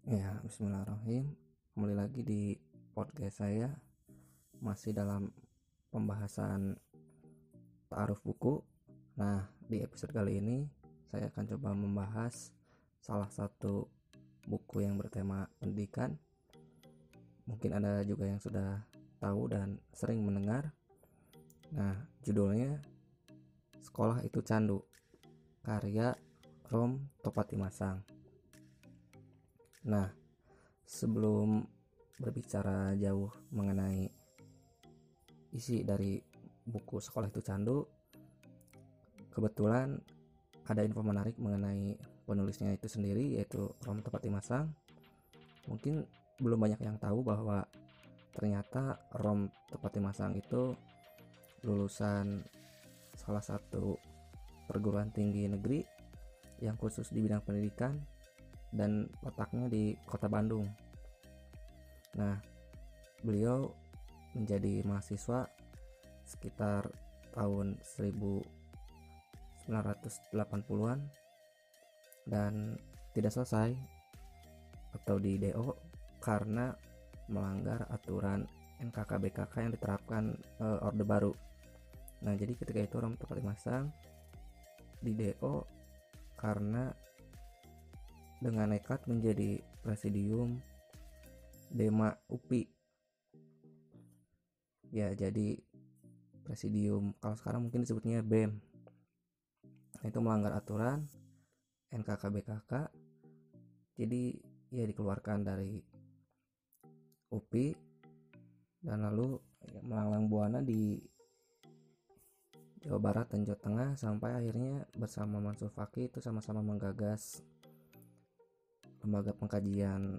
Ya, bismillahirrahmanirrahim. Kembali lagi di podcast saya, masih dalam pembahasan ta'aruf buku. Nah, di episode kali ini saya akan coba membahas salah satu buku yang bertema pendidikan. Mungkin ada juga yang sudah tahu dan sering mendengar. Nah, judulnya Sekolah Itu Candu, karya Rom Topatimasang. Nah, sebelum berbicara jauh mengenai isi dari buku Sekolah Itu Candu, kebetulan ada info menarik mengenai penulisnya itu sendiri, yaitu Rom Topatimasang. Mungkin belum banyak yang tahu bahwa ternyata Rom Topatimasang itu lulusan salah satu perguruan tinggi negeri yang khusus di bidang pendidikan dan letaknya di kota Bandung. Nah, beliau menjadi mahasiswa sekitar tahun 1980-an dan tidak selesai atau di DO karena melanggar aturan NKK-BKK yang diterapkan Orde Baru. Nah, jadi ketika itu Rom Topatimasang di DO karena dengan nekat menjadi presidium Dema UPI. Ya, jadi presidium, kalau sekarang mungkin disebutnya BEM. Itu melanggar aturan NKK-BKK. Jadi ya dikeluarkan dari UPI dan lalu melanglang buana di Jawa Barat dan Jawa Tengah sampai akhirnya bersama Mansur Faki itu sama-sama menggagas lembaga pengkajian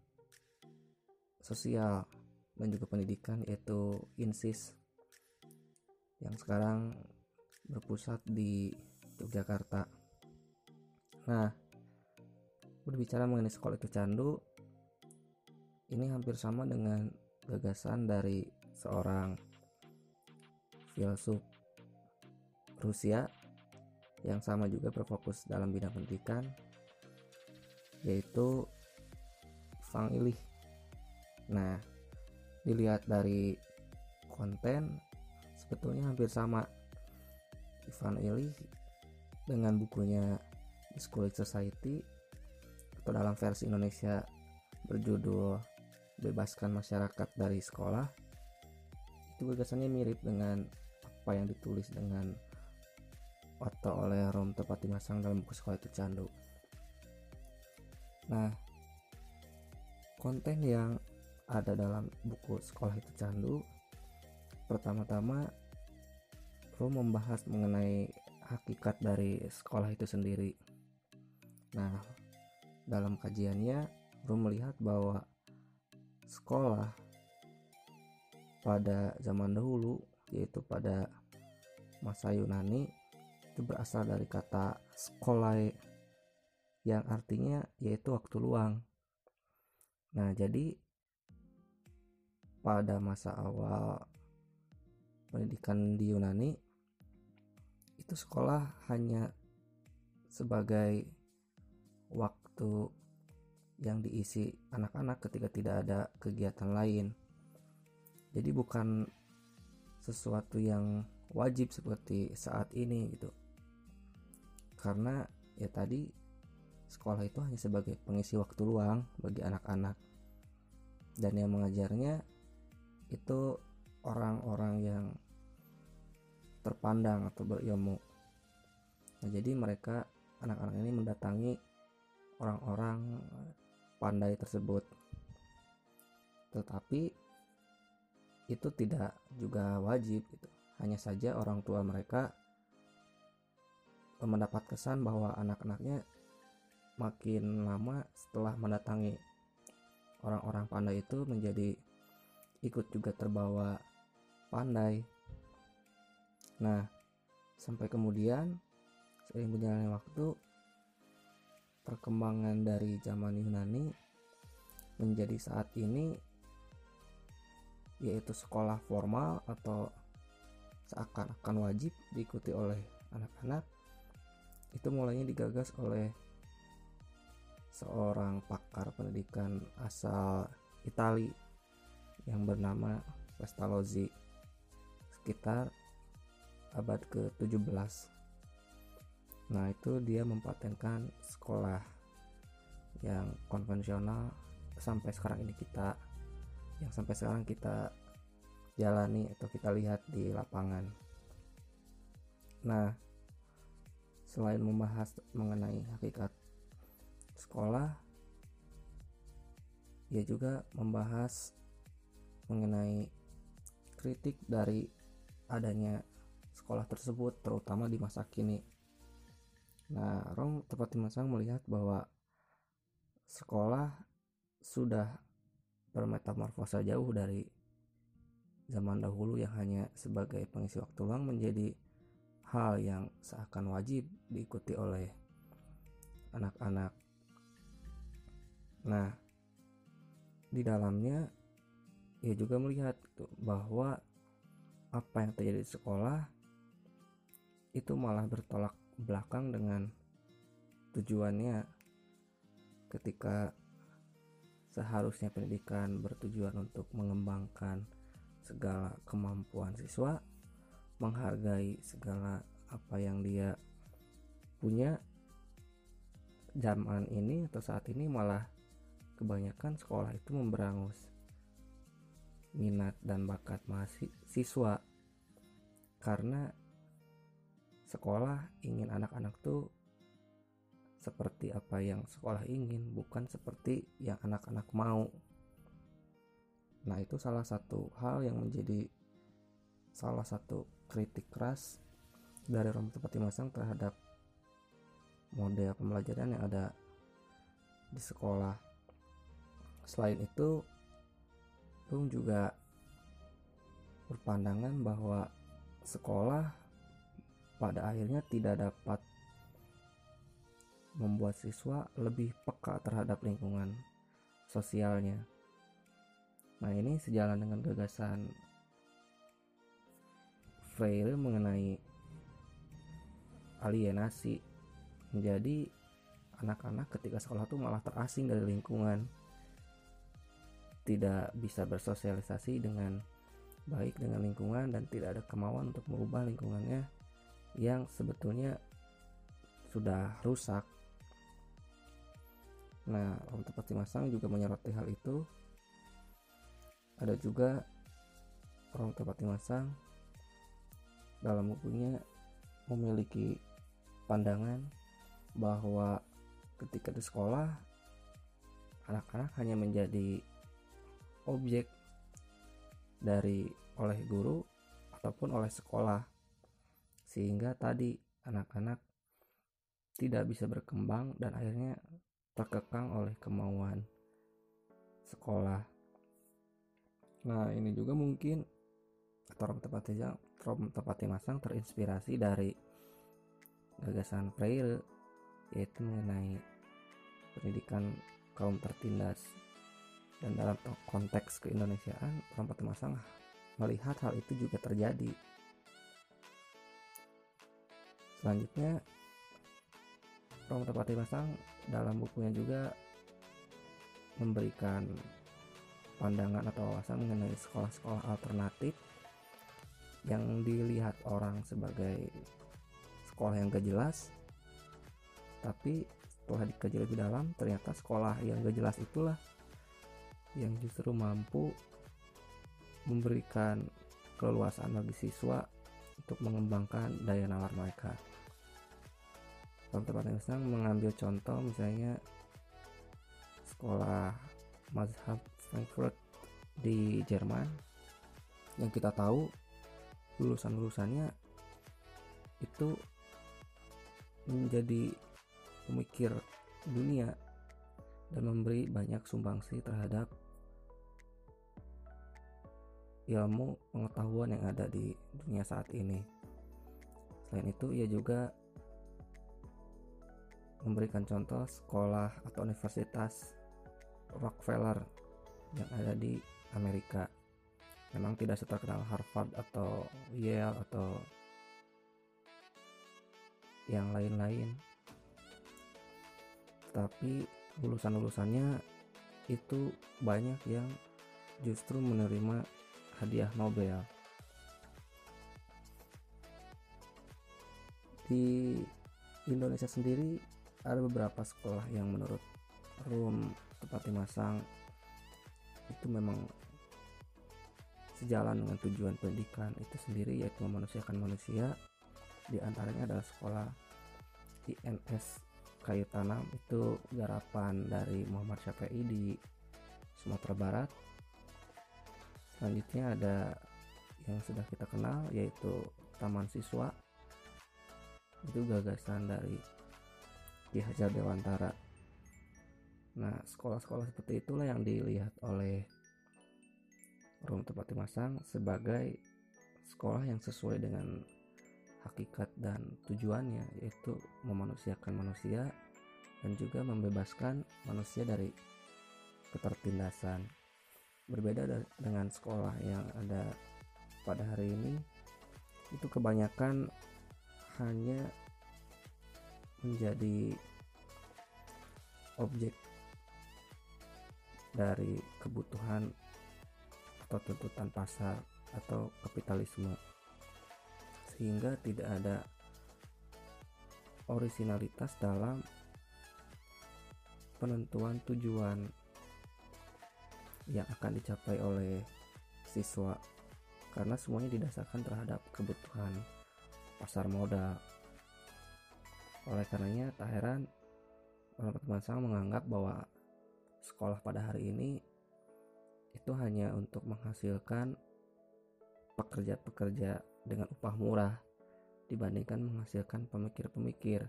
sosial dan juga pendidikan, yaitu INSIS, yang sekarang berpusat di Yogyakarta. Nah, berbicara mengenai Sekolah Itu Candu, ini hampir sama dengan gagasan dari seorang filsuf Rusia yang sama juga berfokus dalam bidang pendidikan, yaitu Ivan Illich. Nah, dilihat dari konten sebetulnya hampir sama. Ivan Illich dengan bukunya The Schoolic Society, atau dalam versi Indonesia berjudul Bebaskan Masyarakat dari Sekolah, itu gagasannya mirip dengan apa yang ditulis atau oleh Rom Topatimasang dalam buku Sekolah Itu Candu. Nah, konten yang ada dalam buku Sekolah Itu Candu, pertama-tama Rom membahas mengenai hakikat dari sekolah itu sendiri. Nah, dalam kajiannya Rom melihat bahwa sekolah pada zaman dahulu, yaitu pada masa Yunani, itu berasal dari kata skolai yang artinya yaitu waktu luang. Nah, jadi pada masa awal pendidikan di Yunani, itu sekolah hanya sebagai waktu yang diisi anak-anak ketika tidak ada kegiatan lain. Jadi bukan sesuatu yang wajib seperti saat ini gitu. Karena ya tadi, sekolah itu hanya sebagai pengisi waktu luang bagi anak-anak. Dan yang mengajarnya itu orang-orang yang terpandang atau berilmu. Nah, jadi mereka, anak-anak ini mendatangi orang-orang pandai tersebut. Tetapi itu tidak juga wajib gitu. Hanya saja orang tua mereka mendapat kesan bahwa anak-anaknya makin lama setelah mendatangi orang-orang pandai itu menjadi ikut juga terbawa pandai. Nah, sampai kemudian seiring berjalannya waktu, perkembangan dari zaman Yunani menjadi saat ini, yaitu sekolah formal atau seakan-akan wajib diikuti oleh anak-anak, itu mulainya digagas oleh seorang pakar pendidikan asal Itali yang bernama Pestalozzi sekitar abad ke-17. Nah, itu dia mempatenkan sekolah yang konvensional sampai sekarang kita jalani atau kita lihat di lapangan. Nah, selain membahas mengenai hakikat sekolah, ia juga membahas mengenai kritik dari adanya sekolah tersebut, terutama di masa kini. Nah, Rom Tepati Masang melihat bahwa sekolah sudah bermetamorfosa jauh dari zaman dahulu yang hanya sebagai pengisi waktu luang menjadi hal yang seakan wajib diikuti oleh anak-anak. Nah, di dalamnya ia juga melihat bahwa apa yang terjadi di sekolah itu malah bertolak belakang dengan tujuannya, ketika seharusnya pendidikan bertujuan untuk mengembangkan segala kemampuan siswa, menghargai segala apa yang dia punya. Zaman ini atau saat ini malah kebanyakan sekolah itu memberangus minat dan bakat mahasiswa, karena sekolah ingin anak-anak tuh seperti apa yang sekolah ingin, bukan seperti yang anak-anak mau. Nah, itu salah satu hal yang menjadi salah satu kritik keras dari Romo Tepati Masang terhadap model pembelajaran yang ada di sekolah. Selain itu, Rum juga berpandangan bahwa sekolah pada akhirnya tidak dapat membuat siswa lebih peka terhadap lingkungan sosialnya. Nah, ini sejalan dengan gagasan Freire mengenai alienasi. Menjadi anak-anak ketika sekolah itu malah terasing dari lingkungan, tidak bisa bersosialisasi dengan baik dengan lingkungan, dan tidak ada kemauan untuk merubah lingkungannya yang sebetulnya sudah rusak. Nah, Om Tepati Masang juga menyoroti hal itu. Ada juga Om Tepati Masang dalam bukunya memiliki pandangan bahwa ketika di sekolah, anak-anak hanya menjadi objek oleh guru ataupun oleh sekolah, sehingga tadi anak-anak tidak bisa berkembang dan akhirnya terkekang oleh kemauan sekolah. Nah, ini juga mungkin Rom Tepati Masang terinspirasi dari gagasan Freire, yaitu mengenai pendidikan kaum tertindas. Dan dalam konteks keindonesiaan, Rom Tepati Masang melihat hal itu juga terjadi. Selanjutnya, Rom Tepati Masang dalam bukunya juga memberikan pandangan atau wawasan mengenai sekolah-sekolah alternatif yang dilihat orang sebagai sekolah yang gak jelas, tapi setelah dikaji lebih dalam, ternyata sekolah yang gak jelas itulah yang justru mampu memberikan keleluasaan bagi siswa untuk mengembangkan daya nalar mereka. Teman-teman yang mengambil contoh misalnya sekolah mazhab Frankfurt di Jerman, yang kita tahu lulusannya itu menjadi pemikir dunia dan memberi banyak sumbangsi terhadap ilmu pengetahuan yang ada di dunia saat ini. Selain itu, ia juga memberikan contoh sekolah atau universitas Rockefeller yang ada di Amerika. Memang tidak seterkenal Harvard atau Yale atau yang lain-lain, tapi lulusan-lulusannya itu banyak yang justru menerima hadiah Nobel. Di Indonesia sendiri ada beberapa sekolah yang menurut Rum Tepati Masang itu memang sejalan dengan tujuan pendidikan itu sendiri, yaitu memanusiakan manusia. Di antaranya adalah sekolah INS Kayu Tanam, itu garapan dari Muhammad Syafi'i di Sumatera Barat. Selanjutnya ada yang sudah kita kenal yaitu Taman Siswa, itu gagasan dari Ki Hajar Dewantara. Nah, sekolah-sekolah seperti itulah yang dilihat oleh Rum Tepati Masang sebagai sekolah yang sesuai dengan hakikat dan tujuannya, yaitu memanusiakan manusia dan juga membebaskan manusia dari ketertindasan. Berbeda dengan sekolah yang ada pada hari ini, itu kebanyakan hanya menjadi objek dari kebutuhan atau tuntutan pasar atau kapitalisme, sehingga tidak ada orisinalitas dalam penentuan tujuan yang akan dicapai oleh siswa, karena semuanya didasarkan terhadap kebutuhan pasar modal. Oleh karenanya tak heran Orang Masang menganggap bahwa sekolah pada hari ini itu hanya untuk menghasilkan pekerja-pekerja dengan upah murah dibandingkan menghasilkan pemikir-pemikir.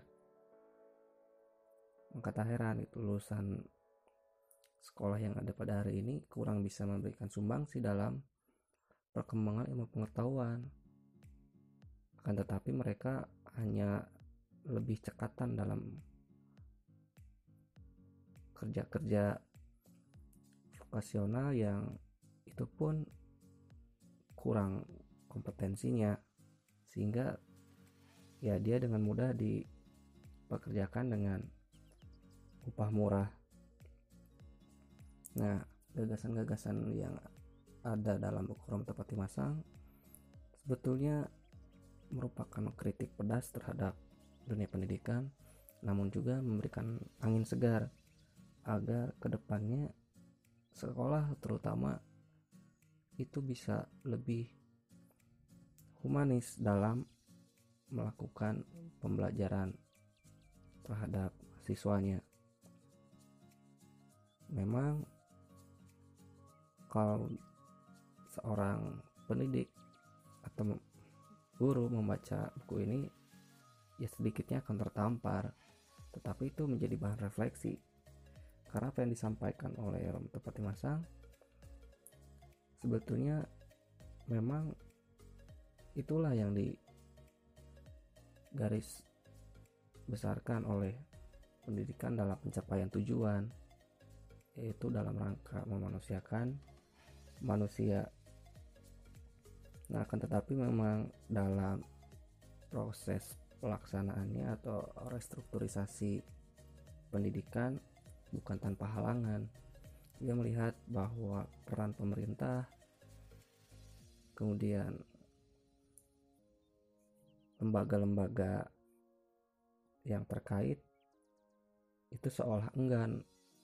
Maka tak heran itu lulusan sekolah yang ada pada hari ini kurang bisa memberikan sumbangsi dalam perkembangan ilmu pengetahuan. Akan tetapi mereka hanya lebih cekatan dalam kerja-kerja vokasional yang itu pun kurang kompetensinya, sehingga ya dia dengan mudah dipekerjakan dengan upah murah. Nah, gagasan-gagasan yang ada dalam buku Rum Tepati Masang sebetulnya merupakan kritik pedas terhadap dunia pendidikan, namun juga memberikan angin segar agar kedepannya sekolah terutama itu bisa lebih humanis dalam melakukan pembelajaran terhadap siswanya. Memang kalau seorang pendidik atau guru membaca buku ini, ya sedikitnya akan tertampar, tetapi itu menjadi bahan refleksi, karena apa yang disampaikan oleh Rum Tepati Masang sebetulnya memang itulah yang digaris besarkan oleh pendidikan dalam pencapaian tujuan, yaitu dalam rangka memanusiakan manusia. Nah, akan tetapi memang dalam proses pelaksanaannya atau restrukturisasi pendidikan bukan tanpa halangan. Dia melihat bahwa peran pemerintah, kemudian lembaga-lembaga yang terkait itu seolah enggan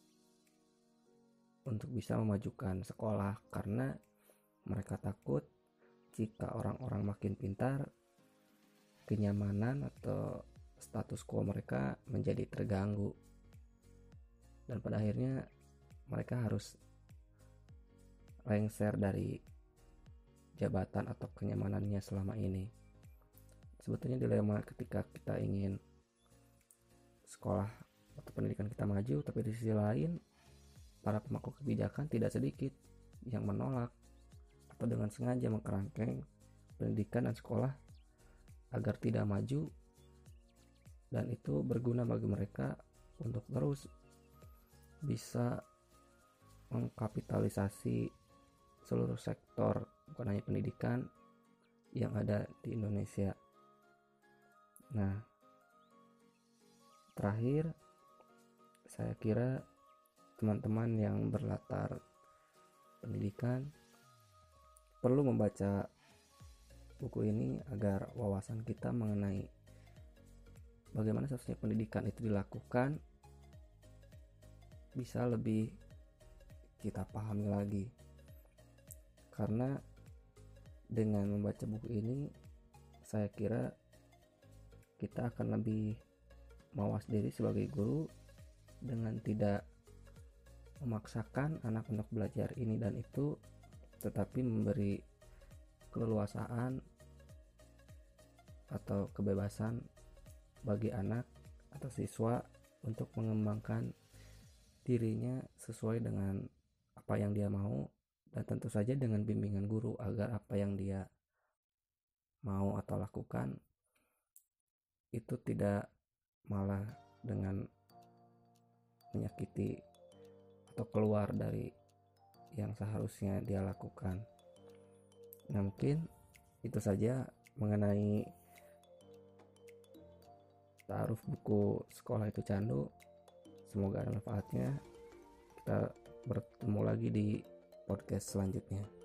untuk bisa memajukan sekolah, karena mereka takut jika orang-orang makin pintar, kenyamanan atau status quo mereka menjadi terganggu, dan pada akhirnya mereka harus lengser dari jabatan atau kenyamanannya selama ini. Sebetulnya dilema ketika kita ingin sekolah atau pendidikan kita maju, tapi di sisi lain para pemangku kebijakan tidak sedikit yang menolak atau dengan sengaja mengkerangkeng pendidikan dan sekolah agar tidak maju, dan itu berguna bagi mereka untuk terus bisa mengkapitalisasi seluruh sektor, bukan hanya pendidikan yang ada di Indonesia. Nah, terakhir saya kira teman-teman yang berlatar pendidikan perlu membaca buku ini agar wawasan kita mengenai bagaimana seharusnya pendidikan itu dilakukan bisa lebih kita pahami lagi. Karena dengan membaca buku ini saya kira kita akan lebih mawas diri sebagai guru dengan tidak memaksakan anak untuk belajar ini dan itu, tetapi memberi keleluasaan atau kebebasan bagi anak atau siswa untuk mengembangkan dirinya sesuai dengan apa yang dia mau, dan tentu saja dengan bimbingan guru agar apa yang dia mau atau lakukan itu tidak malah dengan menyakiti atau keluar dari yang seharusnya dia lakukan. Nah, mungkin itu saja mengenai ta'aruf buku Sekolah Itu Candu. Semoga ada manfaatnya. Kita bertemu lagi di podcast selanjutnya.